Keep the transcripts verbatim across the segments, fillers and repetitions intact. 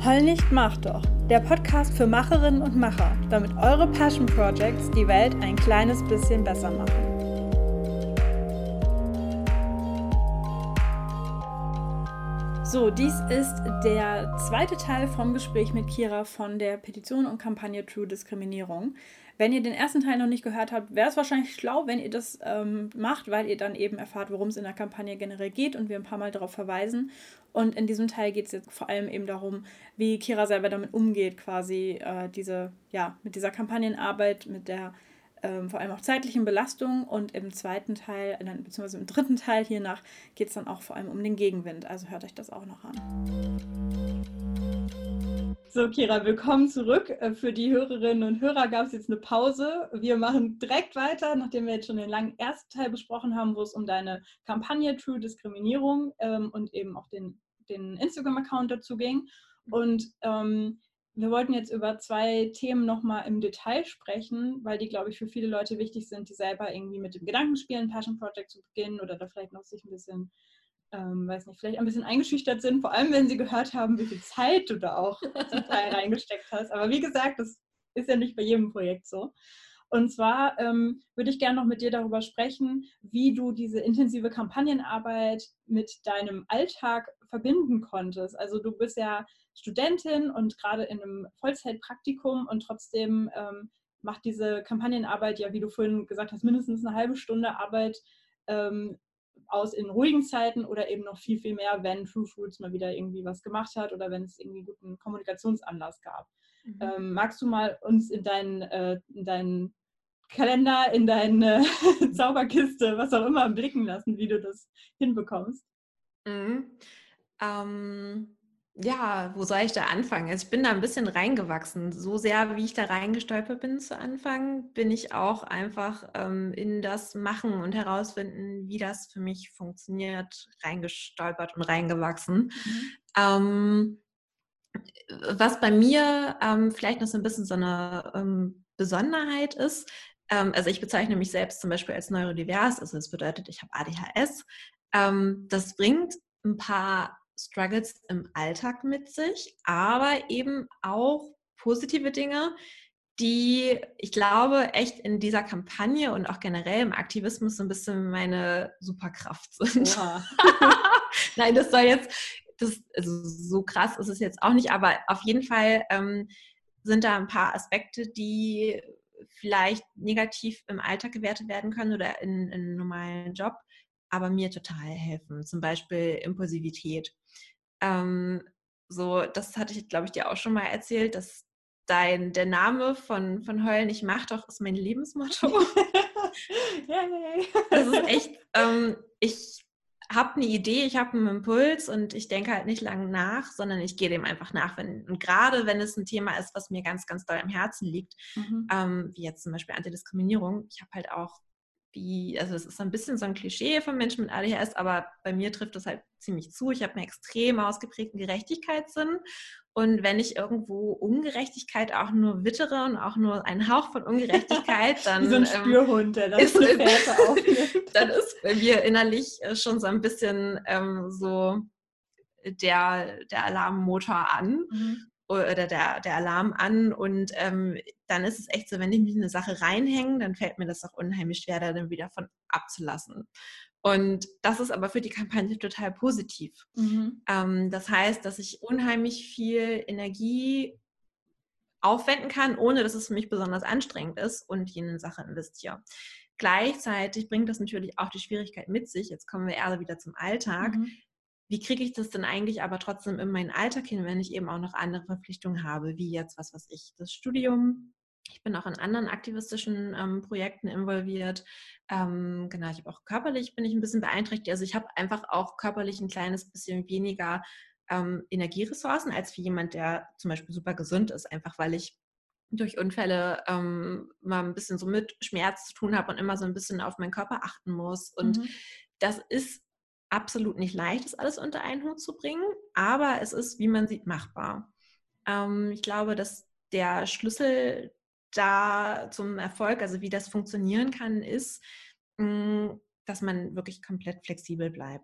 Heul nicht, mach doch. Der Podcast für Macherinnen und Macher, damit eure Passion Projects die Welt ein kleines bisschen besser machen. So, dies ist der zweite Teil vom Gespräch mit Kira von der Petition und Kampagne True Diskriminierung. Wenn ihr den ersten Teil noch nicht gehört habt, wäre es wahrscheinlich schlau, wenn ihr das ähm, macht, weil ihr dann eben erfahrt, worum es in der Kampagne generell geht und wir ein paar Mal darauf verweisen. Und in diesem Teil geht es jetzt vor allem eben darum, wie Kira selber damit umgeht, quasi äh, diese, ja, mit dieser Kampagnenarbeit, mit der ähm, vor allem auch zeitlichen Belastung. Und im zweiten Teil, äh, beziehungsweise im dritten Teil hiernach, geht es dann auch vor allem um den Gegenwind. Also hört euch das auch noch an. So, Kira, willkommen zurück. Für die Hörerinnen und Hörer gab es jetzt eine Pause. Wir machen direkt weiter, nachdem wir jetzt schon den langen ersten Teil besprochen haben, wo es um deine Kampagne True Diskriminierung ähm, und eben auch den, den Instagram-Account dazu ging. Und ähm, wir wollten jetzt über zwei Themen nochmal im Detail sprechen, weil die, glaube ich, für viele Leute wichtig sind, die selber irgendwie mit dem Gedanken spielen, Passion Project zu beginnen oder da vielleicht noch sich ein bisschen Ähm, weiß nicht, vielleicht ein bisschen eingeschüchtert sind, vor allem wenn sie gehört haben, wie viel Zeit du da auch zum Teil reingesteckt hast. Aber wie gesagt, das ist ja nicht bei jedem Projekt so. Und zwar ähm, würde ich gerne noch mit dir darüber sprechen, wie du diese intensive Kampagnenarbeit mit deinem Alltag verbinden konntest. Also du bist ja Studentin und gerade in einem Vollzeitpraktikum und trotzdem ähm, macht diese Kampagnenarbeit ja, wie du vorhin gesagt hast, mindestens eine halbe Stunde Arbeit ähm, aus in ruhigen Zeiten oder eben noch viel, viel mehr, wenn True Fruits mal wieder irgendwie was gemacht hat oder wenn es irgendwie einen guten Kommunikationsanlass gab. Mhm. Ähm, magst du mal uns in deinen, äh, in deinen Kalender, in deine Zauberkiste, was auch immer, blicken lassen, wie du das hinbekommst? Mhm. Ähm, ja, wo soll ich da anfangen? Also ich bin da ein bisschen reingewachsen. So sehr, wie ich da reingestolpert bin zu Anfang, bin ich auch einfach ähm, in das Machen und herausfinden, wie das für mich funktioniert, reingestolpert und reingewachsen. Mhm. Ähm, was bei mir ähm, vielleicht noch so ein bisschen so eine ähm, Besonderheit ist, ähm, also ich bezeichne mich selbst zum Beispiel als neurodivers, also das bedeutet, ich habe A D H S. Ähm, das bringt ein paar Struggles im Alltag mit sich, aber eben auch positive Dinge, die, ich glaube, echt in dieser Kampagne und auch generell im Aktivismus so ein bisschen meine Superkraft sind. Nein, das soll jetzt, das, also so krass ist es jetzt auch nicht, aber auf jeden Fall ähm, sind da ein paar Aspekte, die vielleicht negativ im Alltag gewertet werden können oder in, in einem normalen Job, aber mir total helfen. Zum Beispiel Impulsivität. Ähm, so, das hatte ich, glaube ich, dir auch schon mal erzählt, dass dein, der Name von, von Heul nicht mach doch ist mein Lebensmotto. Das ist echt, ähm, ich habe eine Idee, ich habe einen Impuls und ich denke halt nicht lange nach, sondern ich gehe dem einfach nach. Wenn, und gerade wenn es ein Thema ist, was mir ganz, ganz doll am Herzen liegt, mhm. ähm, wie jetzt zum Beispiel Antidiskriminierung, ich habe halt auch wie, also das ist ein bisschen so ein Klischee von Menschen mit A D H S, aber bei mir trifft das halt ziemlich zu. Ich habe einen extrem ausgeprägten Gerechtigkeitssinn und wenn ich irgendwo Ungerechtigkeit auch nur wittere und auch nur einen Hauch von Ungerechtigkeit, dann wie so ein Spürhund, der dann ist, eine Fährte aufnimmt. Dann ist bei mir innerlich schon so ein bisschen ähm, so der, der Alarmmotor an. Mhm. Oder der, der Alarm an und ähm, dann ist es echt so, wenn ich mich in eine Sache reinhänge, dann fällt mir das auch unheimlich schwer, da dann wieder von abzulassen. Und das ist aber für die Kampagne total positiv. Mhm. Ähm, das heißt, dass ich unheimlich viel Energie aufwenden kann, ohne dass es für mich besonders anstrengend ist und ich in eine Sache investiere. Gleichzeitig bringt das natürlich auch die Schwierigkeit mit sich, jetzt kommen wir eher wieder zum Alltag, mhm. Wie kriege ich das denn eigentlich aber trotzdem in meinen Alltag hin, wenn ich eben auch noch andere Verpflichtungen habe, wie jetzt, was weiß ich, das Studium. Ich bin auch in anderen aktivistischen ähm, Projekten involviert. Ähm, genau, ich habe auch körperlich, bin ich ein bisschen beeinträchtigt. Also ich habe einfach auch körperlich ein kleines bisschen weniger ähm, Energieressourcen als für jemand, der zum Beispiel super gesund ist, einfach weil ich durch Unfälle ähm, mal ein bisschen so mit Schmerz zu tun habe und immer so ein bisschen auf meinen Körper achten muss. Und mhm. das ist absolut nicht leicht, das alles unter einen Hut zu bringen, aber es ist, wie man sieht, machbar. Ähm, ich glaube, dass der Schlüssel da zum Erfolg, also wie das funktionieren kann, ist, mh, dass man wirklich komplett flexibel bleibt.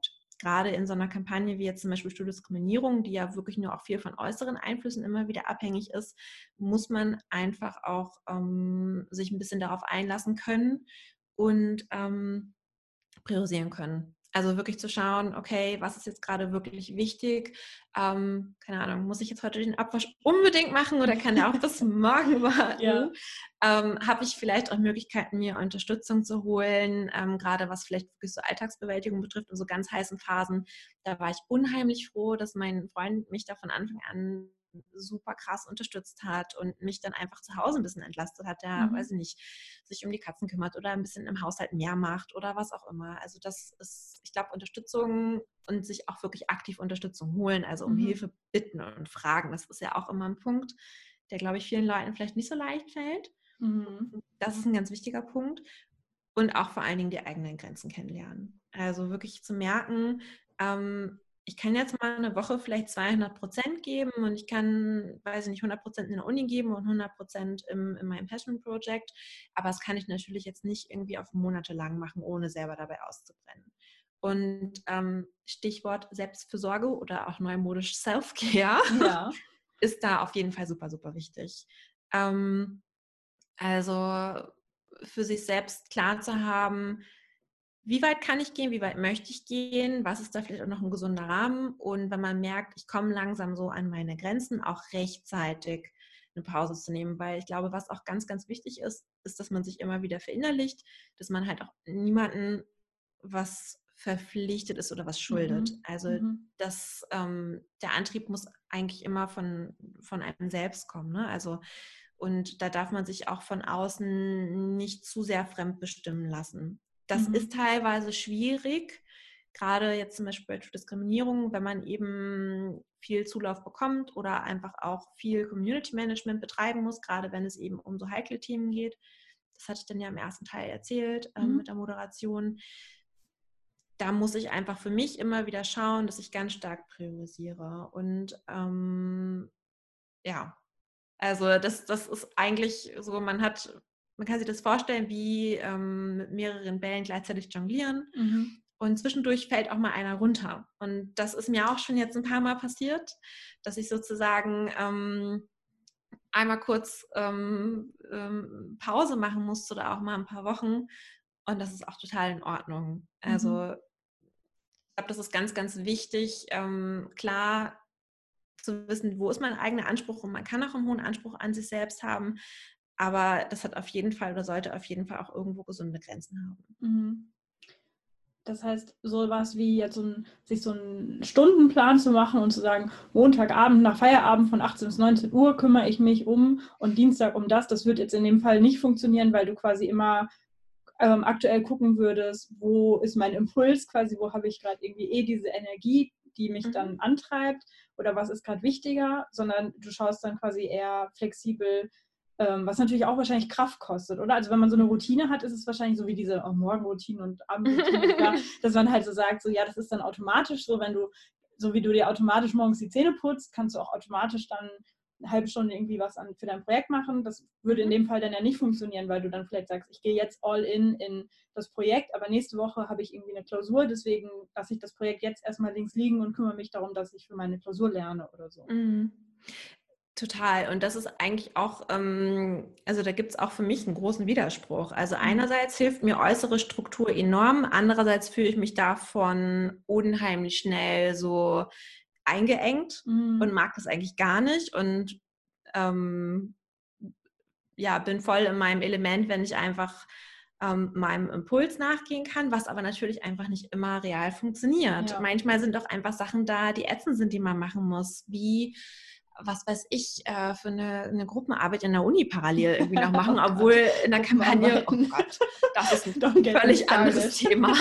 gerade in so einer Kampagne wie jetzt zum Beispiel Stuhldiskriminierung, die ja wirklich nur auch viel von äußeren Einflüssen immer wieder abhängig ist, muss man einfach auch ähm, sich ein bisschen darauf einlassen können und ähm, priorisieren können. Also wirklich zu schauen, okay, was ist jetzt gerade wirklich wichtig? Ähm, keine Ahnung, muss ich jetzt heute den Abwasch unbedingt machen oder kann der auch bis morgen warten? Ja. Ähm, habe ich vielleicht auch Möglichkeiten, mir Unterstützung zu holen, ähm, gerade was vielleicht wirklich so Alltagsbewältigung betrifft und so ganz heißen Phasen. Da war ich unheimlich froh, dass mein Freund mich da von Anfang an super krass unterstützt hat und mich dann einfach zu Hause ein bisschen entlastet hat, der, mhm. weiß ich nicht, sich um die Katzen kümmert oder ein bisschen im Haushalt mehr macht oder was auch immer. Also das ist, ich glaube, Unterstützung und sich auch wirklich aktiv Unterstützung holen, also um mhm. Hilfe bitten und fragen, das ist ja auch immer ein Punkt, der, glaube ich, vielen Leuten vielleicht nicht so leicht fällt. Mhm. Das ist ein ganz wichtiger Punkt. Und auch vor allen Dingen die eigenen Grenzen kennenlernen. Also wirklich zu merken, ähm, ich kann jetzt mal eine Woche vielleicht zweihundert Prozent geben und ich kann, weiß ich nicht, hundert Prozent in der Uni geben und hundert Prozent im, in meinem Passion Project. Aber das kann ich natürlich jetzt nicht irgendwie auf Monate lang machen, ohne selber dabei auszubrennen. Und ähm, Stichwort Selbstfürsorge oder auch neumodisch Self-Care ja. ist da auf jeden Fall super, super wichtig. Ähm, also für sich selbst klar zu haben, wie weit kann ich gehen, wie weit möchte ich gehen, was ist da vielleicht auch noch ein gesunder Rahmen und wenn man merkt, ich komme langsam so an meine Grenzen, auch rechtzeitig eine Pause zu nehmen, weil ich glaube, was auch ganz, ganz wichtig ist, ist, dass man sich immer wieder verinnerlicht, dass man halt auch niemanden was verpflichtet ist oder was schuldet. Mhm. Also mhm. das, ähm, der Antrieb muss eigentlich immer von, von einem selbst kommen, ne? Also und da darf man sich auch von außen nicht zu sehr fremdbestimmen lassen. Das mhm. ist teilweise schwierig, gerade jetzt zum Beispiel bei Diskriminierung, wenn man eben viel Zulauf bekommt oder einfach auch viel Community Management betreiben muss, gerade wenn es eben um so heikle Themen geht. Das hatte ich dann ja im ersten Teil erzählt äh, mhm. mit der Moderation. Da muss ich einfach für mich immer wieder schauen, dass ich ganz stark priorisiere. Und ähm, ja, also das, das ist eigentlich so, man hat, man kann sich das vorstellen, wie ähm, mit mehreren Bällen gleichzeitig jonglieren mhm. und zwischendurch fällt auch mal einer runter. Und das ist mir auch schon jetzt ein paar Mal passiert, dass ich sozusagen ähm, einmal kurz ähm, ähm, Pause machen musste oder auch mal ein paar Wochen und das ist auch total in Ordnung. Also mhm. ich glaube, das ist ganz, ganz wichtig, ähm, klar zu wissen, wo ist mein eigener Anspruch und man kann auch einen hohen Anspruch an sich selbst haben, aber das hat auf jeden Fall oder sollte auf jeden Fall auch irgendwo gesunde Grenzen haben. Mhm. Das heißt, sowas wie jetzt so ein, sich so einen Stundenplan zu machen und zu sagen, Montagabend nach Feierabend von achtzehn bis neunzehn Uhr kümmere ich mich um und Dienstag um das, das wird jetzt in dem Fall nicht funktionieren, weil du quasi immer ähm, aktuell gucken würdest, wo ist mein Impuls quasi, wo habe ich gerade irgendwie eh diese Energie, die mich mhm. dann antreibt oder was ist gerade wichtiger, sondern du schaust dann quasi eher flexibel, ähm, was natürlich auch wahrscheinlich Kraft kostet, oder? Also wenn man so eine Routine hat, ist es wahrscheinlich so wie diese oh, Morgenroutine und Abendroutine, klar, dass man halt so sagt, so ja, das ist dann automatisch so, wenn du, so wie du dir automatisch morgens die Zähne putzt, kannst du auch automatisch dann eine halbe Stunde irgendwie was an, für dein Projekt machen. Das würde in dem Fall dann ja nicht funktionieren, weil du dann vielleicht sagst, ich gehe jetzt all in in das Projekt, aber nächste Woche habe ich irgendwie eine Klausur, deswegen lasse ich das Projekt jetzt erstmal links liegen und kümmere mich darum, dass ich für meine Klausur lerne oder so. Mhm. Total. Und das ist eigentlich auch, ähm, also da gibt es auch für mich einen großen Widerspruch. Also einerseits hilft mir äußere Struktur enorm, andererseits fühle ich mich davon unheimlich schnell so eingeengt mhm. und mag das eigentlich gar nicht und ähm, ja, bin voll in meinem Element, wenn ich einfach ähm, meinem Impuls nachgehen kann, was aber natürlich einfach nicht immer real funktioniert. Ja. Manchmal sind auch einfach Sachen da, die ätzend sind, die man machen muss, wie was weiß ich, äh, für eine, eine Gruppenarbeit in der Uni parallel irgendwie noch machen, oh obwohl in der Kampagne, oh Gott, das ist ein völlig anderes Thema.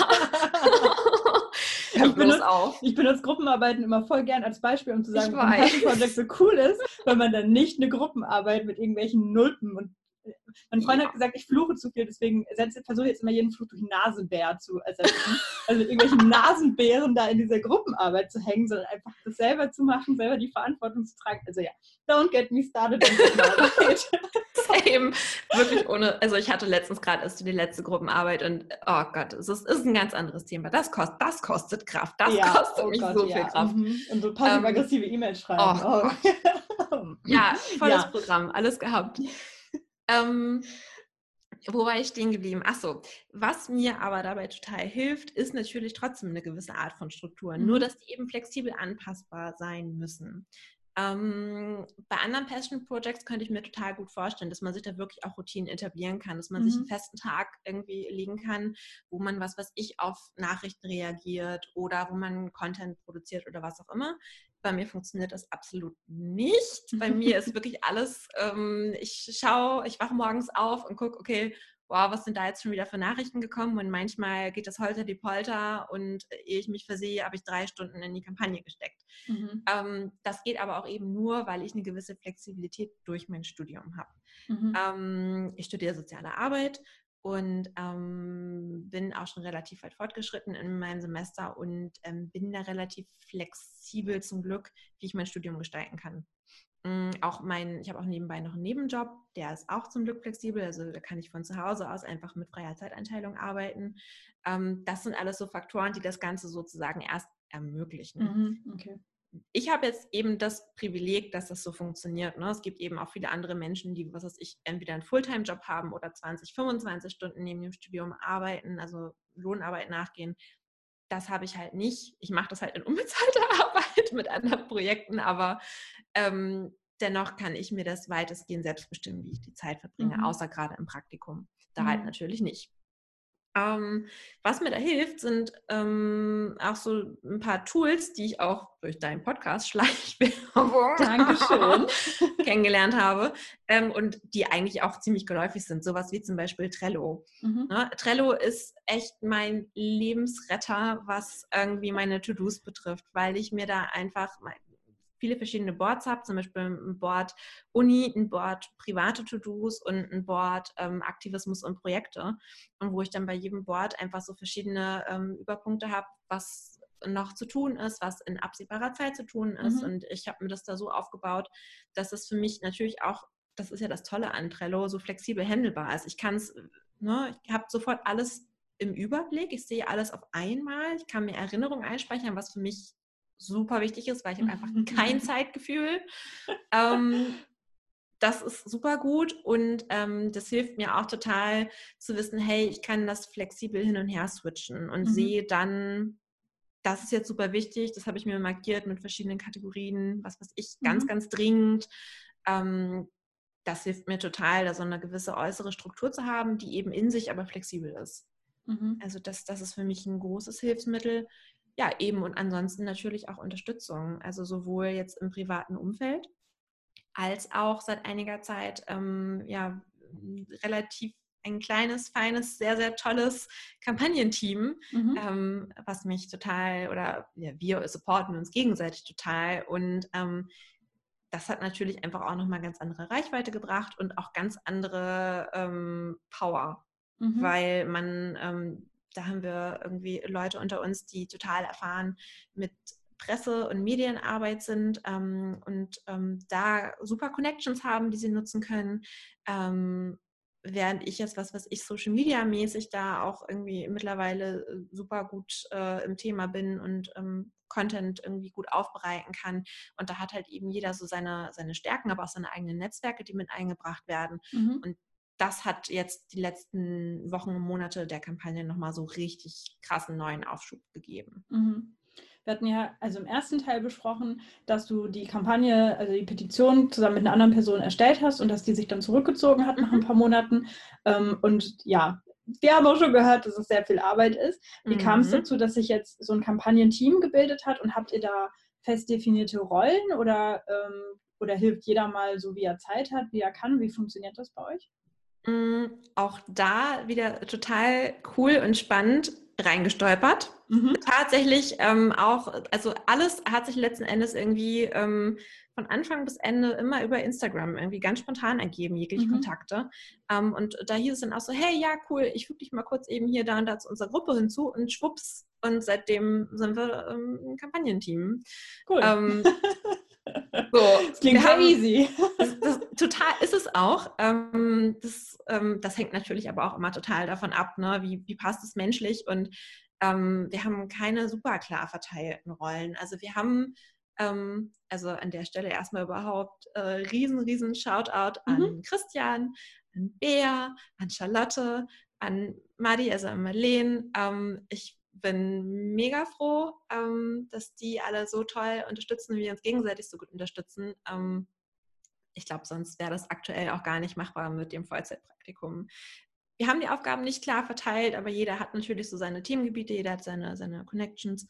Ich benutze, ich benutze Gruppenarbeiten immer voll gern als Beispiel, um zu sagen, warum Passion Project so cool ist, weil man dann nicht eine Gruppenarbeit mit irgendwelchen Nulpen und Mein Freund Ja. hat gesagt, ich fluche zu viel, deswegen versuche ich jetzt immer jeden Fluch durch Nasenbär zu ersetzen. Also mit irgendwelchen Nasenbären da in dieser Gruppenarbeit zu hängen, sondern einfach das selber zu machen, selber die Verantwortung zu tragen. Also ja, don't get me started on Gruppenarbeit. Same. Wirklich ohne, also ich hatte letztens gerade erst die letzte Gruppenarbeit und oh Gott, es ist, ist ein ganz anderes Thema. Das kostet, das kostet Kraft. Das ja, kostet oh mich Gott, so ja. viel Kraft. Mhm. Und so passiv-aggressive ähm, E-Mails schreiben. Oh, oh. Gott. Ja, volles ja. Programm, alles gehabt. ähm, Wo war ich stehen geblieben? Achso, was mir aber dabei total hilft, ist natürlich trotzdem eine gewisse Art von Struktur. Mhm. Nur, dass die eben flexibel anpassbar sein müssen. Ähm, bei anderen Passion Projects könnte ich mir total gut vorstellen, dass man sich da wirklich auch Routinen etablieren kann, dass man mhm. sich einen festen Tag irgendwie legen kann, wo man, was weiß ich, auf Nachrichten reagiert oder wo man Content produziert oder was auch immer. Bei mir funktioniert das absolut nicht. Bei mir ist wirklich alles, ähm, ich schaue, ich wache morgens auf und gucke, okay, wow, was sind da jetzt schon wieder für Nachrichten gekommen? Und manchmal geht das Holter die Polter und ehe ich mich versehe, habe ich drei Stunden in die Kampagne gesteckt. Mhm. Ähm, das geht aber auch eben nur, weil ich eine gewisse Flexibilität durch mein Studium habe. Mhm. Ähm, ich studiere Soziale Arbeit und ähm, bin auch schon relativ weit fortgeschritten in meinem Semester und ähm, bin da relativ flexibel zum Glück, wie ich mein Studium gestalten kann. Ähm, auch mein, ich habe auch nebenbei noch einen Nebenjob, der ist auch zum Glück flexibel, also da kann ich von zu Hause aus einfach mit freier Zeiteinteilung arbeiten. Ähm, das sind alles so Faktoren, die das Ganze sozusagen erst ermöglichen. Mhm, okay. Ich habe jetzt eben das Privileg, dass das so funktioniert. Ne? Es gibt eben auch viele andere Menschen, die, was weiß ich, entweder einen Fulltime-Job haben oder zwanzig, fünfundzwanzig Stunden neben dem Studium arbeiten, also Lohnarbeit nachgehen. Das habe ich halt nicht. Ich mache das halt in unbezahlter Arbeit mit anderen Projekten, aber ähm, dennoch kann ich mir das weitestgehend selbst bestimmen, wie ich die Zeit verbringe, mhm. außer gerade im Praktikum. Da mhm. halt natürlich nicht. Ähm, was mir da hilft, sind ähm, auch so ein paar Tools, die ich auch durch deinen Podcast Schleichwerbung Dankeschön. kennengelernt habe ähm, und die eigentlich auch ziemlich geläufig sind. Sowas wie zum Beispiel Trello. Mhm. Ne? Trello ist echt mein Lebensretter, was irgendwie meine To-Dos betrifft, weil ich mir da einfach viele verschiedene Boards habe, zum Beispiel ein Board Uni, ein Board private To-Dos und ein Board ähm, Aktivismus und Projekte. Und wo ich dann bei jedem Board einfach so verschiedene ähm, Überpunkte habe, was noch zu tun ist, was in absehbarer Zeit zu tun ist. Mhm. Und ich habe mir das da so aufgebaut, dass es für mich natürlich auch, das ist ja das Tolle an Trello, so flexibel handelbar ist. Ich kann es, ne, ich habe sofort alles im Überblick, ich sehe alles auf einmal, ich kann mir Erinnerungen einspeichern, was für mich super wichtig ist, weil ich habe einfach kein Zeitgefühl. Ähm, das ist super gut und ähm, das hilft mir auch total zu wissen, hey, ich kann das flexibel hin und her switchen und mhm. sehe dann, das ist jetzt super wichtig, das habe ich mir markiert mit verschiedenen Kategorien, was weiß ich, ganz, mhm. ganz dringend. Ähm, das hilft mir total, da so eine gewisse äußere Struktur zu haben, die eben in sich aber flexibel ist. Mhm. Also das, das ist für mich ein großes Hilfsmittel. Ja, eben und ansonsten natürlich auch Unterstützung, also sowohl jetzt im privaten Umfeld als auch seit einiger Zeit ähm, ja, relativ ein kleines, feines, sehr, sehr tolles Kampagnenteam, mhm. ähm, was mich total, oder ja, wir supporten uns gegenseitig total und ähm, das hat natürlich einfach auch nochmal ganz andere Reichweite gebracht und auch ganz andere ähm, Power, mhm. weil man ähm, da haben wir irgendwie Leute unter uns, die total erfahren mit Presse- und Medienarbeit sind ähm, und ähm, da super Connections haben, die sie nutzen können. Ähm, während ich jetzt, was weiß ich, Social-Media-mäßig da auch irgendwie mittlerweile super gut äh, im Thema bin und ähm, Content irgendwie gut aufbereiten kann. Und da hat halt eben jeder so seine, seine Stärken, aber auch seine eigenen Netzwerke, die mit eingebracht werden. Mhm. Und das hat jetzt die letzten Wochen und Monate der Kampagne nochmal so richtig krassen neuen Aufschub gegeben. Mhm. Wir hatten ja also im ersten Teil besprochen, dass du die Kampagne, also die Petition zusammen mit einer anderen Person erstellt hast und dass die sich dann zurückgezogen hat mhm. nach ein paar Monaten. Und ja, wir haben auch schon gehört, dass es sehr viel Arbeit ist. Wie mhm. kam es dazu, dass sich jetzt so ein Kampagnenteam gebildet hat und habt ihr da fest definierte Rollen oder, ähm, oder hilft jeder mal so, wie er Zeit hat, wie er kann? Wie funktioniert das bei euch? Auch da wieder total cool und spannend. reingestolpert. Mhm. Tatsächlich ähm, auch, also alles hat sich letzten Endes irgendwie ähm, von Anfang bis Ende immer über Instagram irgendwie ganz spontan ergeben, jegliche mhm. Kontakte. Ähm, und da hieß es dann auch so, hey, ja, cool, ich füge dich mal kurz eben hier da und da zu unserer Gruppe hinzu und schwupps. Und seitdem sind wir ähm, ein Kampagnenteam. Cool. Ähm, so, das klingt sehr haben, easy. Das, das, total ist es auch. Ähm, das, ähm, das hängt natürlich aber auch immer total davon ab, ne? wie, wie passt es menschlich. Und ähm, wir haben keine super klar verteilten Rollen. Also wir haben, ähm, also an der Stelle erstmal überhaupt äh, riesen, riesen Shoutout mhm. an Christian, an Bea, an Charlotte, an Madi, also an Marlene. Ähm, ich bin mega froh, ähm, dass die alle so toll unterstützen und wir uns gegenseitig so gut unterstützen. Ähm, ich glaube, sonst wäre das aktuell auch gar nicht machbar mit dem Vollzeitpraktikum. Wir haben die Aufgaben nicht klar verteilt, aber jeder hat natürlich so seine Themengebiete, jeder hat seine, seine Connections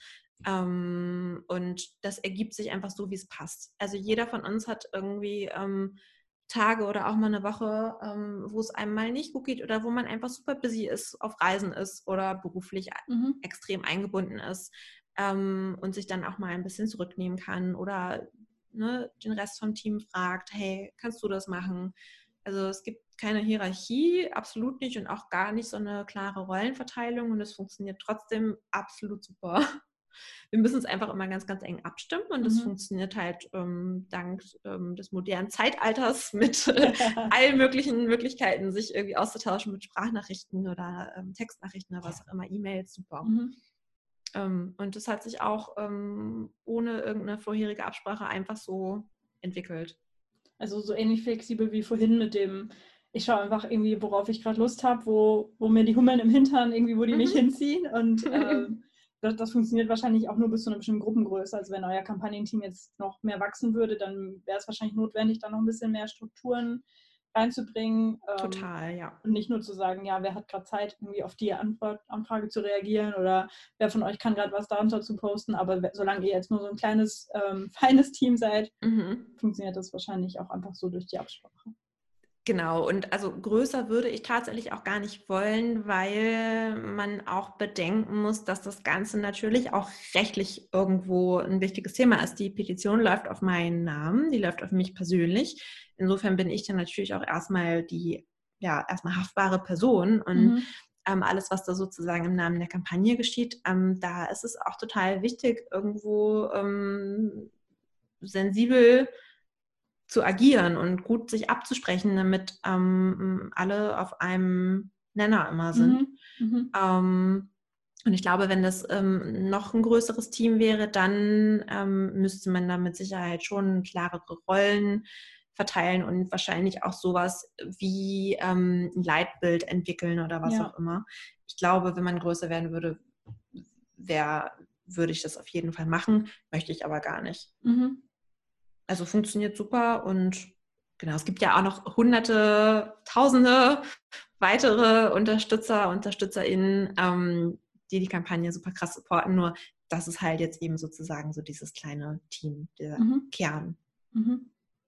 ähm, und das ergibt sich einfach so, wie es passt. Also jeder von uns hat irgendwie ähm, Tage oder auch mal eine Woche, ähm, wo es einem mal nicht gut geht oder wo man einfach super busy ist, auf Reisen ist oder beruflich mhm. extrem eingebunden ist ähm, und sich dann auch mal ein bisschen zurücknehmen kann oder ne, den Rest vom Team fragt, hey, kannst du das machen? Also es gibt keine Hierarchie, absolut nicht und auch gar nicht so eine klare Rollenverteilung und es funktioniert trotzdem absolut super. Wir müssen es einfach immer ganz, ganz eng abstimmen und das mhm. funktioniert halt ähm, dank ähm, des modernen Zeitalters mit äh, allen möglichen Möglichkeiten, sich irgendwie auszutauschen mit Sprachnachrichten oder ähm, Textnachrichten oder was auch immer, E-Mails, super. Mhm. Ähm, und das hat sich auch ähm, ohne irgendeine vorherige Absprache einfach so entwickelt. Also so ähnlich flexibel wie vorhin mit dem, ich schaue einfach irgendwie, worauf ich gerade Lust habe, wo, wo mir die Hummeln im Hintern irgendwie, wo die mhm. mich hinziehen und ähm, das, das funktioniert wahrscheinlich auch nur bis zu einer bestimmten Gruppengröße. Also wenn euer Kampagnenteam jetzt noch mehr wachsen würde, dann wäre es wahrscheinlich notwendig, da noch ein bisschen mehr Strukturen reinzubringen. Ähm, Total, ja. Und nicht nur zu sagen, ja, wer hat gerade Zeit, irgendwie auf die Antwort, Anfrage zu reagieren oder wer von euch kann gerade was darunter zu posten. Aber solange ihr jetzt nur so ein kleines, ähm, feines Team seid, mhm. funktioniert das wahrscheinlich auch einfach so durch die Absprache. Genau, und also größer würde ich tatsächlich auch gar nicht wollen, weil man auch bedenken muss, dass das Ganze natürlich auch rechtlich irgendwo ein wichtiges Thema ist. Die Petition läuft auf meinen Namen, die läuft auf mich persönlich. Insofern bin ich dann natürlich auch erstmal die, ja, erstmal haftbare Person und mhm. ähm, alles, was da sozusagen im Namen der Kampagne geschieht, ähm, da ist es auch total wichtig, irgendwo ähm, sensibel zu agieren und gut sich abzusprechen, damit ähm, alle auf einem Nenner immer sind. Mhm. Mhm. Ähm, und ich glaube, wenn das ähm, noch ein größeres Team wäre, dann ähm, müsste man da mit Sicherheit schon klarere Rollen verteilen und wahrscheinlich auch sowas wie ähm, ein Leitbild entwickeln oder was ja. auch immer. Ich glaube, wenn man größer werden würde, wär, würde ich das auf jeden Fall machen, möchte ich aber gar nicht. Mhm. Also funktioniert super und genau, es gibt ja auch noch hunderte, tausende weitere Unterstützer, UnterstützerInnen, ähm, die die Kampagne super krass supporten, nur das ist halt jetzt eben sozusagen so dieses kleine Team, der mhm. Kern. Mhm.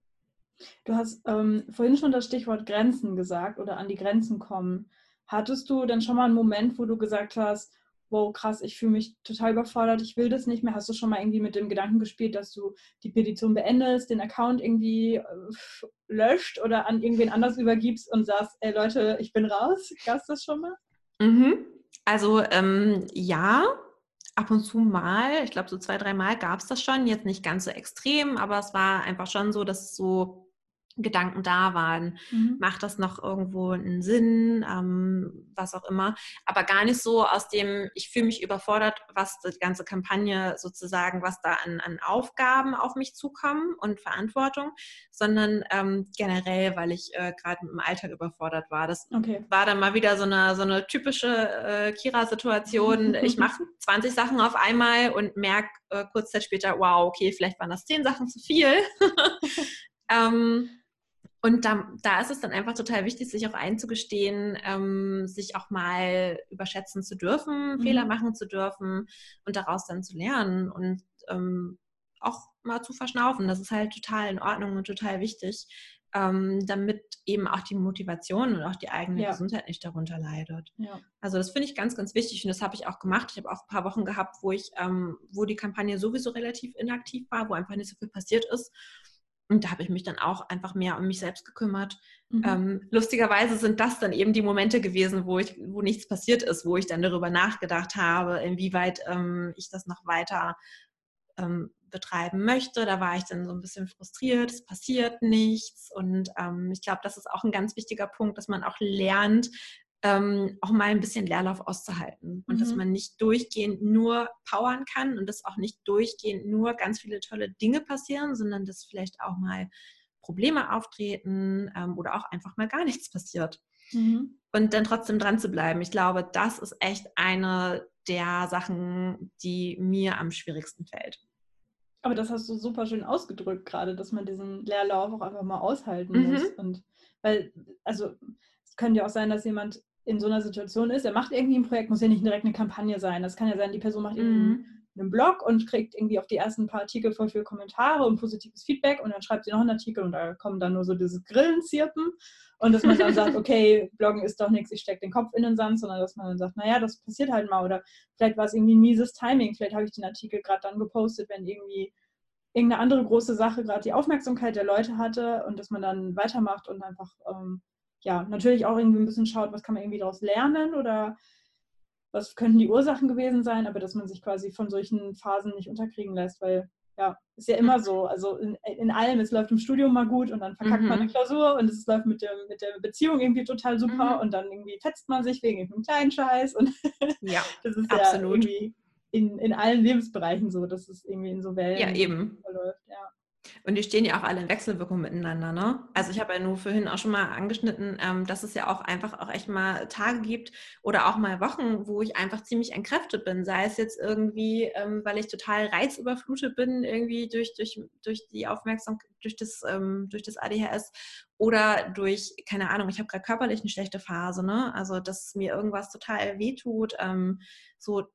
Du hast ähm, vorhin schon das Stichwort Grenzen gesagt oder an die Grenzen kommen. Hattest du denn schon mal einen Moment, wo du gesagt hast, wow, krass, ich fühle mich total überfordert, ich will das nicht mehr. Hast du schon mal irgendwie mit dem Gedanken gespielt, dass du die Petition beendest, den Account irgendwie äh, löscht oder an irgendwen anders übergibst und sagst, ey Leute, ich bin raus? Gab es das schon mal? Mhm. Also ähm, ja, ab und zu mal, ich glaube so zwei, drei Mal gab es das schon, jetzt nicht ganz so extrem, aber es war einfach schon so, dass so Gedanken da waren. Mhm. Macht das noch irgendwo einen Sinn, ähm, was auch immer, aber gar nicht so aus dem, ich fühle mich überfordert, was die ganze Kampagne sozusagen, was da an, an Aufgaben auf mich zukommen und Verantwortung, sondern ähm, generell, weil ich äh, gerade mit dem Alltag überfordert war. Das okay. war dann mal wieder so eine, so eine typische äh, Kira-Situation. Ich mache zwanzig Sachen auf einmal und merke äh, kurz Zeit später, wow, okay, vielleicht waren das zehn Sachen zu viel. ähm, Und da, da ist es dann einfach total wichtig, sich auch einzugestehen, ähm, sich auch mal überschätzen zu dürfen, mhm. Fehler machen zu dürfen und daraus dann zu lernen und ähm, auch mal zu verschnaufen. Das ist halt total in Ordnung und total wichtig. ähm, damit eben auch die Motivation und auch die eigene Ja. Gesundheit nicht darunter leidet. Ja. Also das finde ich ganz, ganz wichtig und das habe ich auch gemacht. Ich habe auch ein paar Wochen gehabt, wo ich, ähm, wo die Kampagne sowieso relativ inaktiv war, wo einfach nicht so viel passiert ist. Und da habe ich mich dann auch einfach mehr um mich selbst gekümmert. Mhm. Ähm, lustigerweise sind das dann eben die Momente gewesen, wo ich, wo nichts passiert ist, wo ich dann darüber nachgedacht habe, inwieweit ähm, ich das noch weiter ähm, betreiben möchte. Da war ich dann so ein bisschen frustriert, es passiert nichts. Und ähm, ich glaube, das ist auch ein ganz wichtiger Punkt, dass man auch lernt, ähm, auch mal ein bisschen Leerlauf auszuhalten. Und mhm. dass man nicht durchgehend nur powern kann und dass auch nicht durchgehend nur ganz viele tolle Dinge passieren, sondern dass vielleicht auch mal Probleme auftreten ähm, oder auch einfach mal gar nichts passiert. Mhm. Und dann trotzdem dran zu bleiben. Ich glaube, das ist echt eine der Sachen, die mir am schwierigsten fällt. Aber das hast du super schön ausgedrückt gerade, dass man diesen Leerlauf auch einfach mal aushalten mhm. muss. Und weil, also es könnte ja auch sein, dass jemand in so einer Situation ist, er macht irgendwie ein Projekt, muss ja nicht direkt eine Kampagne sein. Das kann ja sein, die Person macht irgendwie mhm. einen Blog und kriegt irgendwie auf die ersten paar Artikel voll viele Kommentare und positives Feedback und dann schreibt sie noch einen Artikel und da kommen dann nur so dieses Grillenzirpen und dass man dann sagt, okay, Bloggen ist doch nichts, ich stecke den Kopf in den Sand, sondern dass man dann sagt, naja, das passiert halt mal oder vielleicht war es irgendwie ein mieses Timing, vielleicht habe ich den Artikel gerade dann gepostet, wenn irgendwie irgendeine andere große Sache gerade die Aufmerksamkeit der Leute hatte und dass man dann weitermacht und einfach ähm, ja, natürlich auch irgendwie ein bisschen schaut, was kann man irgendwie daraus lernen oder was könnten die Ursachen gewesen sein, aber dass man sich quasi von solchen Phasen nicht unterkriegen lässt, weil ja, ist ja immer so, also in, in allem, es läuft im Studium mal gut und dann verkackt mhm. man eine Klausur und es läuft mit der, mit der Beziehung irgendwie total super mhm. und dann irgendwie fetzt man sich wegen einem kleinen Scheiß und ja, das ist absolut. ja irgendwie in, in allen Lebensbereichen so, dass es irgendwie in so Wellen ja, eben. verläuft, ja. Und die stehen ja auch alle in Wechselwirkung miteinander, ne? Also ich habe ja nur vorhin auch schon mal angeschnitten, ähm, dass es ja auch einfach auch echt mal Tage gibt oder auch mal Wochen, wo ich einfach ziemlich entkräftet bin. Sei es jetzt irgendwie, ähm, weil ich total reizüberflutet bin, irgendwie durch, durch, durch die Aufmerksamkeit, durch das, ähm, durch das A D H S oder durch, keine Ahnung, ich habe gerade körperlich eine schlechte Phase, ne? Also dass mir irgendwas total wehtut, ähm, so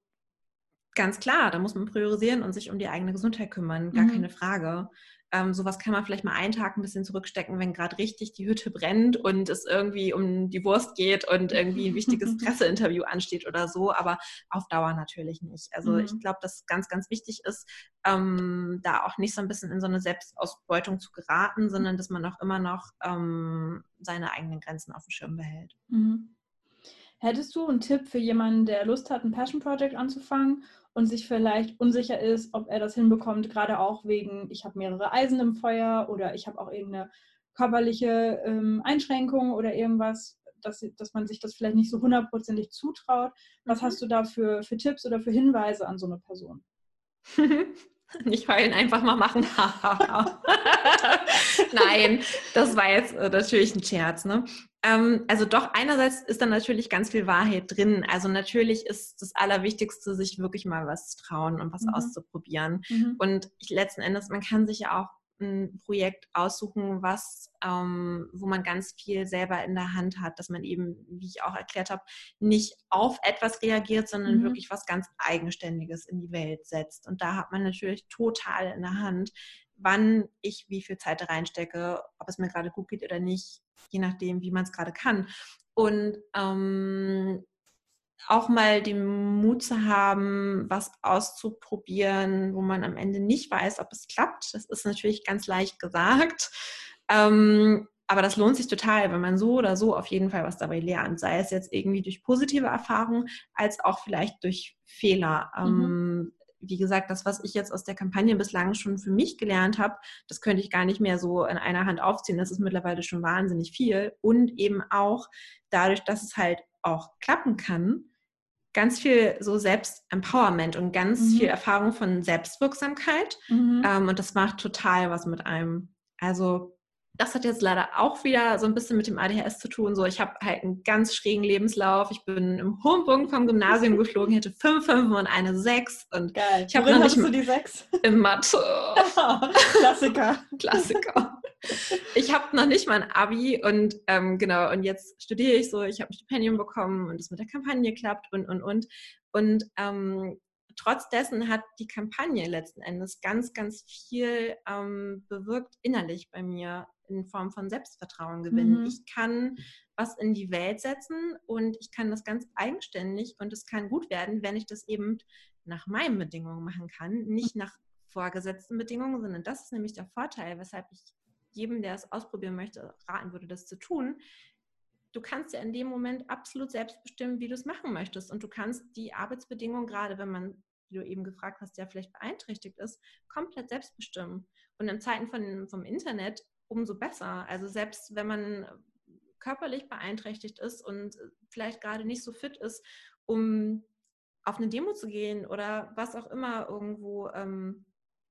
ganz klar, da muss man priorisieren und sich um die eigene Gesundheit kümmern, gar mhm. keine Frage. Ähm, sowas kann man vielleicht mal einen Tag ein bisschen zurückstecken, wenn gerade richtig die Hütte brennt und es irgendwie um die Wurst geht und irgendwie ein wichtiges Presseinterview ansteht oder so, aber auf Dauer natürlich nicht. Also mhm. ich glaube, dass ganz, ganz wichtig ist, ähm, da auch nicht so ein bisschen in so eine Selbstausbeutung zu geraten, sondern dass man auch immer noch ähm, seine eigenen Grenzen auf dem Schirm behält. Mhm. Hättest du einen Tipp für jemanden, der Lust hat, ein Passion Project anzufangen und sich vielleicht unsicher ist, ob er das hinbekommt, gerade auch wegen, ich habe mehrere Eisen im Feuer oder ich habe auch irgendeine körperliche ähm, Einschränkung oder irgendwas, dass, dass man sich das vielleicht nicht so hundertprozentig zutraut. Was mhm. hast du da für, für Tipps oder für Hinweise an so eine Person? Nicht heulen, einfach mal machen. Nein, das war jetzt äh, natürlich ein Scherz, ne? Ähm, also doch, einerseits ist da natürlich ganz viel Wahrheit drin. Also natürlich ist das Allerwichtigste, sich wirklich mal was zu trauen und was mhm. auszuprobieren. Mhm. Und ich, letzten Endes, man kann sich ja auch ein Projekt aussuchen, was, ähm, wo man ganz viel selber in der Hand hat, dass man eben, wie ich auch erklärt habe, nicht auf etwas reagiert, sondern mhm. wirklich was ganz Eigenständiges in die Welt setzt. Und da hat man natürlich total in der Hand, wann ich wie viel Zeit da reinstecke, ob es mir gerade gut geht oder nicht, je nachdem, wie man es gerade kann. Und ähm, auch mal den Mut zu haben, was auszuprobieren, wo man am Ende nicht weiß, ob es klappt. Das ist natürlich ganz leicht gesagt. Ähm, aber das lohnt sich total, wenn man so oder so auf jeden Fall was dabei lernt. Sei es jetzt irgendwie durch positive Erfahrungen, als auch vielleicht durch Fehler. Mhm. Ähm, wie gesagt, das, was ich jetzt aus der Kampagne bislang schon für mich gelernt habe, das könnte ich gar nicht mehr so in einer Hand aufziehen. Das ist mittlerweile schon wahnsinnig viel. Und eben auch dadurch, dass es halt auch klappen kann, ganz viel so Selbstempowerment und ganz mhm. viel Erfahrung von Selbstwirksamkeit. Mhm. Ähm, und das macht total was mit einem. Also das hat jetzt leider auch wieder so ein bisschen mit dem A D H S zu tun. So, ich habe halt einen ganz schrägen Lebenslauf. Ich bin im hohen Punkt vom Gymnasium geflogen, hätte fünf Fünfen und eine Sechs. Und geil. Ich habe noch nicht du die Sechs? In Mathe. Klassiker. Klassiker. Ich habe noch nicht mal ein Abi und ähm, genau, und jetzt studiere ich so, ich habe ein Stipendium bekommen und es mit der Kampagne klappt und, und, und. Und ähm, trotz dessen hat die Kampagne letzten Endes ganz, ganz viel ähm, bewirkt innerlich bei mir, in Form von Selbstvertrauen gewinnen. Mhm. Ich kann was in die Welt setzen und ich kann das ganz eigenständig und es kann gut werden, wenn ich das eben nach meinen Bedingungen machen kann, nicht nach vorgesetzten Bedingungen, sondern das ist nämlich der Vorteil, weshalb ich jedem, der es ausprobieren möchte, raten würde, das zu tun. Du kannst ja in dem Moment absolut selbst bestimmen, wie du es machen möchtest und du kannst die Arbeitsbedingungen, gerade wenn man, wie du eben gefragt hast, ja vielleicht beeinträchtigt ist, komplett selbst bestimmen. Und in Zeiten von, vom Internet umso besser. Also selbst wenn man körperlich beeinträchtigt ist und vielleicht gerade nicht so fit ist, um auf eine Demo zu gehen oder was auch immer irgendwo ähm,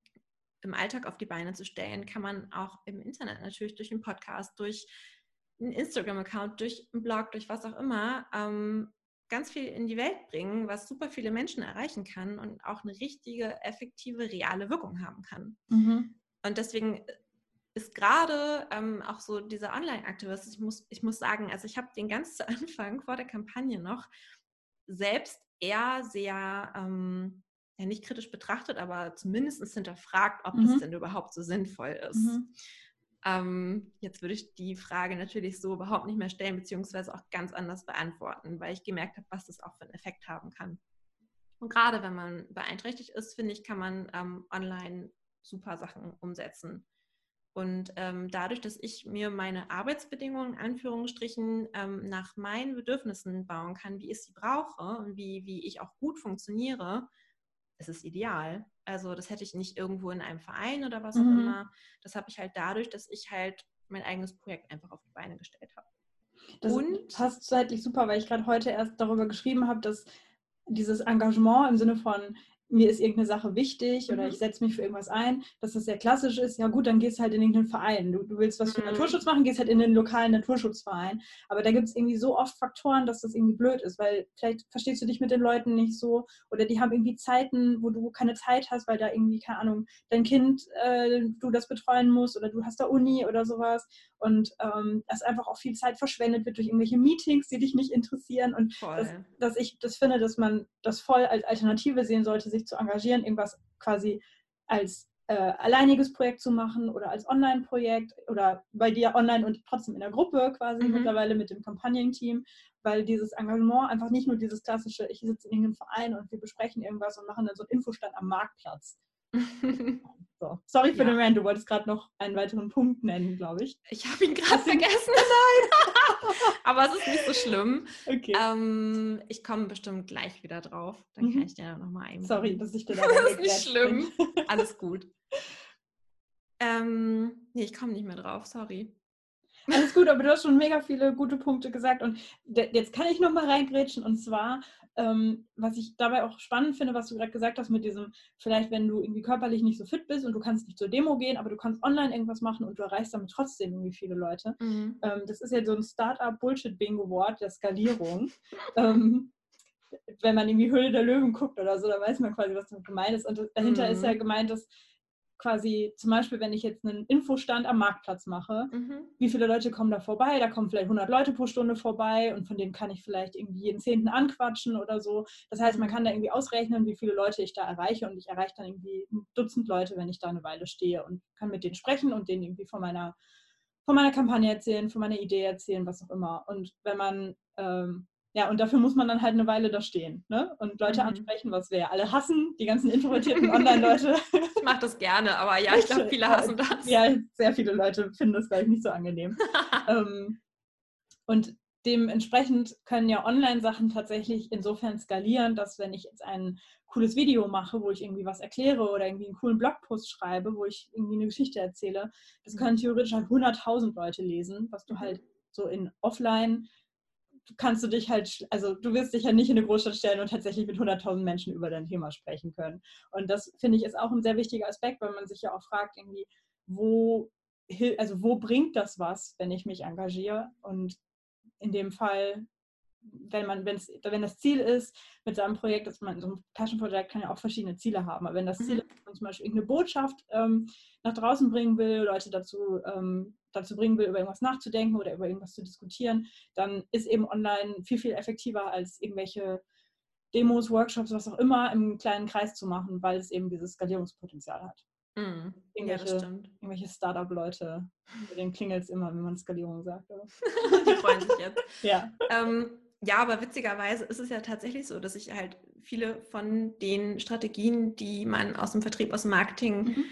im Alltag auf die Beine zu stellen, kann man auch im Internet natürlich durch einen Podcast, durch einen Instagram-Account, durch einen Blog, durch was auch immer, ähm, ganz viel in die Welt bringen, was super viele Menschen erreichen kann und auch eine richtige, effektive, reale Wirkung haben kann. Mhm. Und deswegen ist gerade ähm, auch so dieser Online-Aktivist, ich muss, ich muss sagen, also ich habe den ganz zu Anfang vor der Kampagne noch selbst eher sehr, ähm, ja nicht kritisch betrachtet, aber zumindest hinterfragt, ob Mhm. das denn überhaupt so sinnvoll ist. Mhm. Ähm, jetzt würde ich die Frage natürlich so überhaupt nicht mehr stellen, beziehungsweise auch ganz anders beantworten, weil ich gemerkt habe, was das auch für einen Effekt haben kann. Und gerade wenn man beeinträchtigt ist, finde ich, kann man ähm, online super Sachen umsetzen. Und ähm, dadurch, dass ich mir meine Arbeitsbedingungen, in Anführungsstrichen, ähm, nach meinen Bedürfnissen bauen kann, wie ich sie brauche und wie, wie ich auch gut funktioniere, ist es ideal. Also das hätte ich nicht irgendwo in einem Verein oder was auch Mhm. immer. Das habe ich halt dadurch, dass ich halt mein eigenes Projekt einfach auf die Beine gestellt habe. Das Und passt zeitlich super, weil ich gerade heute erst darüber geschrieben habe, dass dieses Engagement im Sinne von, mir ist irgendeine Sache wichtig oder mhm. ich setze mich für irgendwas ein, dass das sehr klassisch ist, ja gut, dann gehst du halt in irgendeinen Verein. Du, du willst was für Mhm. Naturschutz machen, gehst halt in den lokalen Naturschutzverein. Aber da gibt es irgendwie so oft Faktoren, dass das irgendwie blöd ist, weil vielleicht verstehst du dich mit den Leuten nicht so oder die haben irgendwie Zeiten, wo du keine Zeit hast, weil da irgendwie, keine Ahnung, dein Kind, äh, du das betreuen musst oder du hast da Uni oder sowas. Und ähm, dass einfach auch viel Zeit verschwendet wird durch irgendwelche Meetings, die dich nicht interessieren. Und dass, Voll. dass ich das finde, dass man das voll als Alternative sehen sollte, sich zu engagieren, irgendwas quasi als äh, alleiniges Projekt zu machen oder als Online-Projekt oder bei dir online und trotzdem in der Gruppe quasi Mhm. mittlerweile mit dem Companion-Team, weil dieses Engagement einfach nicht nur dieses klassische, ich sitze in irgendeinem Verein und wir besprechen irgendwas und machen dann so einen Infostand am Marktplatz. So. Sorry für Ja. den Rant, du wolltest gerade noch einen weiteren Punkt nennen, glaube ich. Ich habe ihn gerade vergessen. Nein. Aber es ist nicht so schlimm. Okay. Ähm, ich komme bestimmt gleich wieder drauf. Dann Mhm. kann ich dir nochmal einbringen. Sorry, dass ich dir da Das ist nicht schlimm. bin. Alles gut. Ähm, nee, ich komme nicht mehr drauf. Sorry. Alles gut, aber du hast schon mega viele gute Punkte gesagt und jetzt kann ich nochmal reingrätschen und zwar, ähm, was ich dabei auch spannend finde, was du gerade gesagt hast mit diesem, vielleicht wenn du irgendwie körperlich nicht so fit bist und du kannst nicht zur Demo gehen, aber du kannst online irgendwas machen und du erreichst damit trotzdem irgendwie viele Leute. Mhm. Ähm, das ist ja so ein Startup-Bullshit-Bingo-Wort der Skalierung. ähm, wenn man irgendwie Höhle der Löwen guckt oder so, dann weiß man quasi, was damit gemeint ist und dahinter Mhm. ist ja gemeint, dass quasi zum Beispiel, wenn ich jetzt einen Infostand am Marktplatz mache, Mhm. wie viele Leute kommen da vorbei? Da kommen vielleicht hundert Leute pro Stunde vorbei und von denen kann ich vielleicht irgendwie jeden Zehnten anquatschen oder so. Das heißt, man kann da irgendwie ausrechnen, wie viele Leute ich da erreiche und ich erreiche dann irgendwie ein Dutzend Leute, wenn ich da eine Weile stehe und kann mit denen sprechen und denen irgendwie von meiner, von meiner Kampagne erzählen, von meiner Idee erzählen, was auch immer. Und wenn man ähm, ja, und dafür muss man dann halt eine Weile da stehen, ne? Und Leute Mhm. ansprechen, was wir ja alle hassen, die ganzen introvertierten Online-Leute. Ich mache das gerne, aber ja, ich glaube, viele hassen das. Ja, sehr viele Leute finden das, glaube ich, nicht so angenehm. ähm, und dementsprechend können ja Online-Sachen tatsächlich insofern skalieren, dass wenn ich jetzt ein cooles Video mache, wo ich irgendwie was erkläre oder irgendwie einen coolen Blogpost schreibe, wo ich irgendwie eine Geschichte erzähle, das können theoretisch halt hunderttausend Leute lesen, was du Mhm. halt so in Offline kannst du dich halt, also du wirst dich ja nicht in eine Großstadt stellen und tatsächlich mit hunderttausend Menschen über dein Thema sprechen können. Und das, finde ich, ist auch ein sehr wichtiger Aspekt, weil man sich ja auch fragt, irgendwie, wo, also wo bringt das was, wenn ich mich engagiere? Und in dem Fall, wenn man, wenn's, wenn das Ziel ist, mit seinem Projekt, dass man so ein Passion-Projekt kann ja auch verschiedene Ziele haben, aber wenn das Ziel Mhm. ist, dass man zum Beispiel irgendeine Botschaft ähm, nach draußen bringen will, Leute dazu, ähm, dazu bringen will, über irgendwas nachzudenken oder über irgendwas zu diskutieren, dann ist eben online viel, viel effektiver als irgendwelche Demos, Workshops, was auch immer im kleinen Kreis zu machen, weil es eben dieses Skalierungspotenzial hat. Mhm. Irgendwelche, ja, das stimmt. irgendwelche Startup-Leute, bei denen klingelt es immer, wenn man Skalierung sagt. Oder? Die freuen sich jetzt. Ja. Ähm, ja, aber witzigerweise ist es ja tatsächlich so, dass ich halt viele von den Strategien, die man aus dem Vertrieb, aus dem Marketing mhm.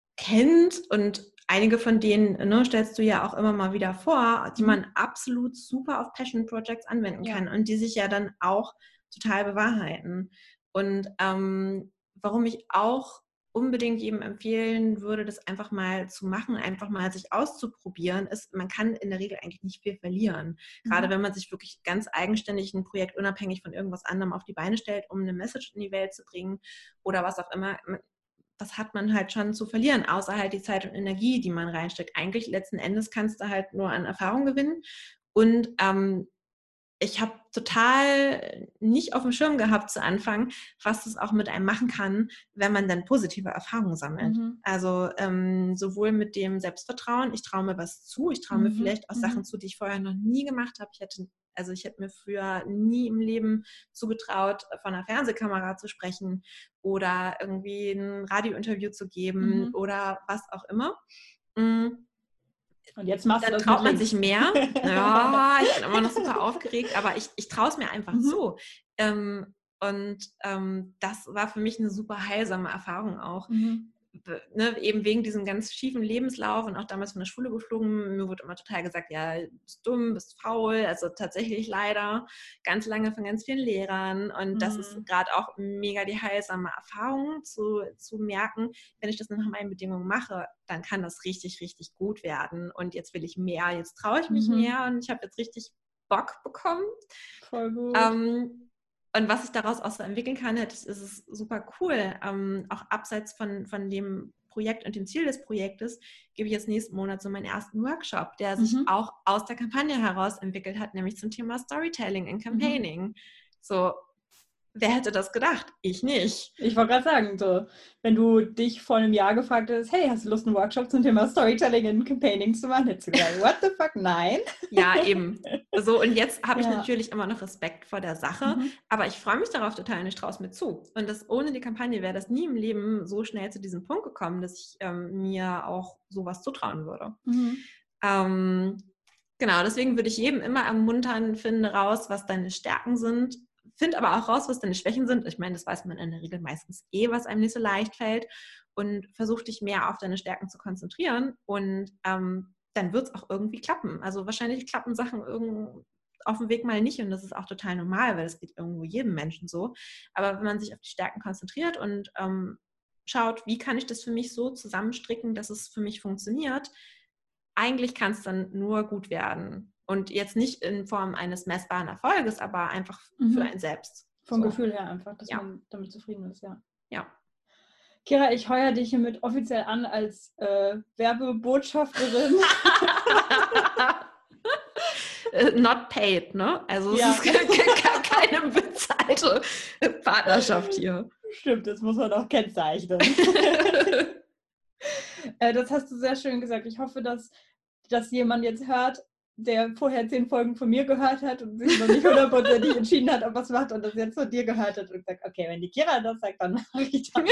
kennt und einige von denen ne, stellst du ja auch immer mal wieder vor, die mhm. man absolut super auf Passion Projects anwenden ja. kann und die sich ja dann auch total bewahrheiten. Und ähm, warum ich auch unbedingt jedem empfehlen würde, das einfach mal zu machen, einfach mal sich auszuprobieren, ist, man kann in der Regel eigentlich nicht viel verlieren. Mhm. Gerade wenn man sich wirklich ganz eigenständig ein Projekt unabhängig von irgendwas anderem auf die Beine stellt, um eine Message in die Welt zu bringen oder was auch immer. Was hat man halt schon zu verlieren, außer halt die Zeit und Energie, die man reinsteckt. Eigentlich letzten Endes kannst du halt nur an Erfahrung gewinnen. Und ähm, ich habe total nicht auf dem Schirm gehabt zu Anfang, was das auch mit einem machen kann, wenn man dann positive Erfahrungen sammelt. Mhm. Also ähm, sowohl mit dem Selbstvertrauen, ich traue mir was zu, ich traue mhm. mir vielleicht auch mhm. Sachen zu, die ich vorher noch nie gemacht habe. Ich hätte, also ich hätte mir früher nie im Leben zugetraut, vor einer Fernsehkamera zu sprechen oder irgendwie ein Radiointerview zu geben mhm. oder was auch immer. Mhm. Und jetzt machst dann du das traut man links. sich mehr. Ja, ich bin immer noch super aufgeregt, aber ich, ich traue es mir einfach mhm. zu. Ähm, und ähm, das war für mich eine super heilsame Erfahrung auch. Mhm. Ne, eben wegen diesem ganz schiefen Lebenslauf und auch damals von der Schule geflogen, mir wurde immer total gesagt, ja, bist dumm, bist faul, also tatsächlich leider ganz lange von ganz vielen Lehrern und mhm. das ist gerade auch mega die heilsame Erfahrung zu, zu merken, wenn ich das nach meinen Bedingungen mache, dann kann das richtig, richtig gut werden und jetzt will ich mehr, jetzt traue ich mich mhm. mehr und ich habe jetzt richtig Bock bekommen. Voll gut. Ähm, Und was ich daraus auch so entwickeln kann, ist es super cool. Ähm, auch abseits von, von dem Projekt und dem Ziel des Projektes gebe ich jetzt nächsten Monat so meinen ersten Workshop, der sich mhm. auch aus der Kampagne heraus entwickelt hat, nämlich zum Thema Storytelling und Campaigning. Mhm. So, wer hätte das gedacht? Ich nicht. Ich wollte gerade sagen, so, wenn du dich vor einem Jahr gefragt hast, hey, hast du Lust, einen Workshop zum Thema Storytelling und Campaigning zu machen? Hättest du gesagt, what the fuck, nein. Ja, eben. So, und jetzt habe ja. ich natürlich immer noch Respekt vor der Sache, mhm. aber ich freue mich darauf total und ich traue es mir zu. Und das, ohne die Kampagne wäre das nie im Leben so schnell zu diesem Punkt gekommen, dass ich ähm, mir auch sowas zutrauen würde. Mhm. Ähm, genau, deswegen würde ich jedem immer ermuntern, finde raus, was deine Stärken sind. Find aber auch raus, was deine Schwächen sind. Ich meine, das weiß man in der Regel meistens eh, was einem nicht so leicht fällt. Und versuch dich mehr auf deine Stärken zu konzentrieren. Und ähm, dann wird es auch irgendwie klappen. Also wahrscheinlich klappen Sachen irgendwo auf dem Weg mal nicht. Und das ist auch total normal, weil das geht irgendwo jedem Menschen so. Aber wenn man sich auf die Stärken konzentriert und ähm, schaut, wie kann ich das für mich so zusammenstricken, dass es für mich funktioniert, eigentlich kann es dann nur gut werden. Und jetzt nicht in Form eines messbaren Erfolges, aber einfach mhm. für einen selbst. Vom so. Gefühl her einfach, dass ja. man damit zufrieden ist, ja. Ja. Kira, ich heuere dich hiermit offiziell an als äh, Werbebotschafterin. Not paid, ne? Also es ja. ist gar keine bezahlte Partnerschaft hier. Stimmt, das muss man auch kennzeichnen. äh, das hast du sehr schön gesagt. Ich hoffe, dass, dass jemand jetzt hört, der vorher zehn Folgen von mir gehört hat und sich noch nicht hundertprozentig entschieden hat, ob was macht und das jetzt von dir gehört hat und sagt, okay, wenn die Kira das sagt, dann mache ich das.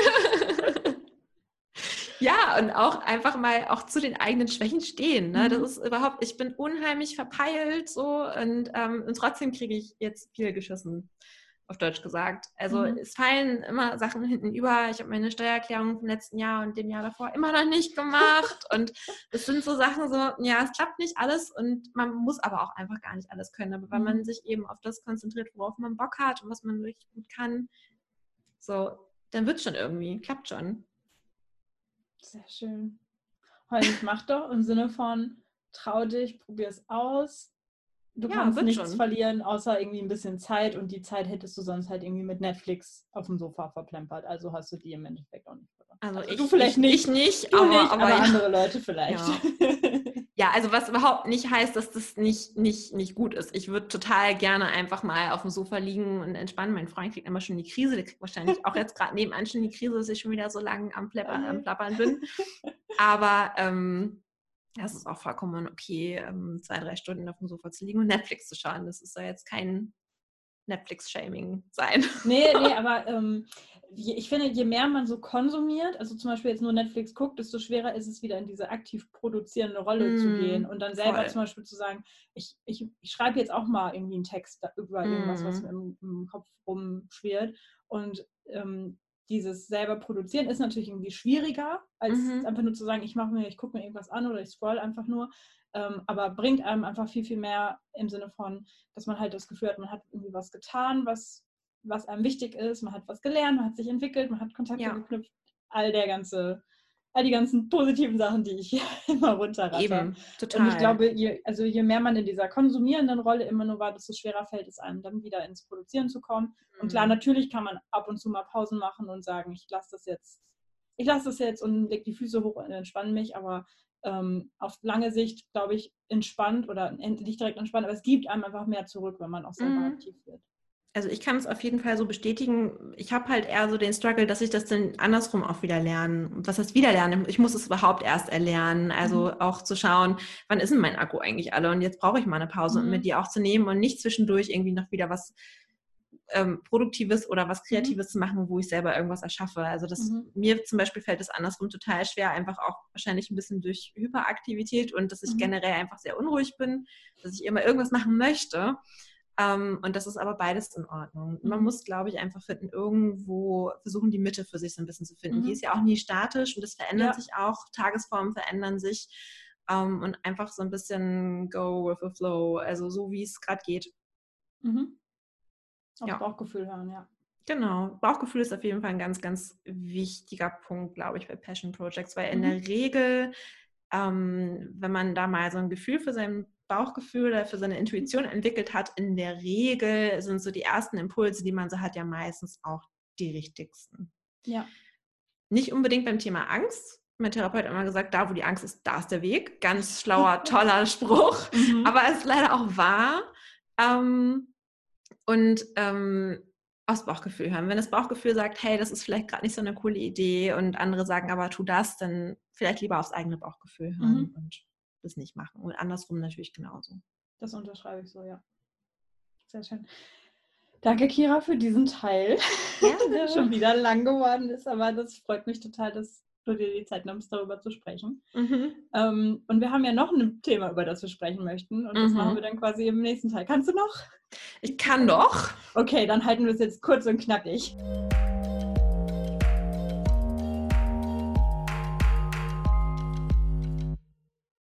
Ja, und auch einfach mal auch zu den eigenen Schwächen stehen. Ne? Mhm. Das ist überhaupt, ich bin unheimlich verpeilt so und, ähm, und trotzdem kriege ich jetzt viel geschissen, auf Deutsch gesagt. Also mhm. es fallen immer Sachen hinten über. Ich habe meine Steuererklärung vom letzten Jahr und dem Jahr davor immer noch nicht gemacht. Und es sind so Sachen so, ja, es klappt nicht alles und man muss aber auch einfach gar nicht alles können. Aber wenn mhm. man sich eben auf das konzentriert, worauf man Bock hat und was man richtig gut kann, so, dann wird es schon irgendwie, klappt schon. Sehr schön. Holly, mach doch im Sinne von trau dich, probier es aus. Du ja, kannst nichts schon. verlieren, außer irgendwie ein bisschen Zeit und die Zeit hättest du sonst halt irgendwie mit Netflix auf dem Sofa verplempert. Also hast du die im Endeffekt auch nicht verloren. Also, also ich, du vielleicht ich, nicht. Ich nicht, du aber, nicht, aber, aber ja. andere Leute vielleicht. Ja. Ja, also was überhaupt nicht heißt, dass das nicht, nicht, nicht gut ist. Ich würde total gerne einfach mal auf dem Sofa liegen und entspannen. Mein Freund kriegt immer schon die Krise. Der kriegt wahrscheinlich auch jetzt gerade nebenan schon die Krise, dass ich schon wieder so lange am, Plepper, am Plappern bin. Aber ähm, das ist auch vollkommen okay, ähm, zwei, drei Stunden auf dem Sofa zu liegen und Netflix zu schauen. Das ist ja jetzt kein, Netflix-Shaming sein. Nee, nee, aber ähm, je, ich finde, je mehr man so konsumiert, also zum Beispiel jetzt nur Netflix guckt, desto schwerer ist es wieder in diese aktiv produzierende Rolle mm, zu gehen und dann selber voll. Zum Beispiel zu sagen, ich, ich, ich schreibe jetzt auch mal irgendwie einen Text über mm. irgendwas, was mir im, im Kopf rumschwirrt und ähm, dieses selber produzieren ist natürlich irgendwie schwieriger, als mhm. einfach nur zu sagen, ich mache mir, ich gucke mir irgendwas an oder ich scroll einfach nur, ähm, aber bringt einem einfach viel, viel mehr im Sinne von, dass man halt das Gefühl hat, man hat irgendwie was getan, was, was einem wichtig ist, man hat was gelernt, man hat sich entwickelt, man hat Kontakte ja. geknüpft, all der ganze, all die ganzen positiven Sachen, die ich immer runterratter. Eben, total. Und ich glaube, je, also je mehr man in dieser konsumierenden Rolle immer nur war, desto schwerer fällt es einem, dann wieder ins Produzieren zu kommen. Mhm. Und klar, natürlich kann man ab und zu mal Pausen machen und sagen, ich lasse das jetzt, ich lasse das jetzt und leg die Füße hoch und entspanne mich, aber ähm, auf lange Sicht, glaube ich, entspannt oder nicht direkt entspannt, aber es gibt einem einfach mehr zurück, wenn man auch selber mhm. aktiv wird. Also ich kann es auf jeden Fall so bestätigen. Ich habe halt eher so den Struggle, dass ich das dann andersrum auch wieder lerne. Was heißt wieder lernen? Ich muss es überhaupt erst erlernen. Also mhm. auch zu schauen, wann ist denn mein Akku eigentlich alle? Und jetzt brauche ich mal eine Pause, mhm. um mir die auch zu nehmen und nicht zwischendurch irgendwie noch wieder was ähm, Produktives oder was Kreatives mhm. zu machen, wo ich selber irgendwas erschaffe. Also das, mhm. mir zum Beispiel fällt es andersrum total schwer, einfach auch wahrscheinlich ein bisschen durch Hyperaktivität und dass ich mhm. generell einfach sehr unruhig bin, dass ich immer irgendwas machen möchte. Um, und das ist aber beides in Ordnung. Mhm. Man muss, glaube ich, einfach finden, irgendwo versuchen, die Mitte für sich so ein bisschen zu finden. Mhm. Die ist ja auch nie statisch und das verändert ja. sich auch. Tagesformen verändern sich um, und einfach so ein bisschen go with the flow, also so, wie es gerade geht. Mhm. Auf ja. Bauchgefühl hören, ja. Genau. Bauchgefühl ist auf jeden Fall ein ganz, ganz wichtiger Punkt, glaube ich, bei Passion Projects, weil in mhm. der Regel, ähm, wenn man da mal so ein Gefühl für sein Bauchgefühl oder für seine Intuition entwickelt hat, in der Regel sind so die ersten Impulse, die man so hat, ja meistens auch die richtigsten. Ja. Nicht unbedingt beim Thema Angst. Mein Therapeut hat immer gesagt, da wo die Angst ist, da ist der Weg. Ganz schlauer, toller Spruch. Mhm. Aber es ist leider auch wahr. Ähm, und ähm, aufs Bauchgefühl hören. Wenn das Bauchgefühl sagt, hey, das ist vielleicht gerade nicht so eine coole Idee und andere sagen, aber tu das, dann vielleicht lieber aufs eigene Bauchgefühl hören mhm. und das nicht machen. Und andersrum natürlich genauso. Das unterschreibe ich so, ja. Sehr schön. Danke, Kira, für diesen Teil, ja, der schon wieder lang geworden ist, aber das freut mich total, dass du dir die Zeit nimmst, darüber zu sprechen. Mhm. Ähm, und wir haben ja noch ein Thema, über das wir sprechen möchten und das mhm. machen wir dann quasi im nächsten Teil. Kannst du noch? Ich kann doch. Okay, dann halten wir es jetzt kurz und knackig.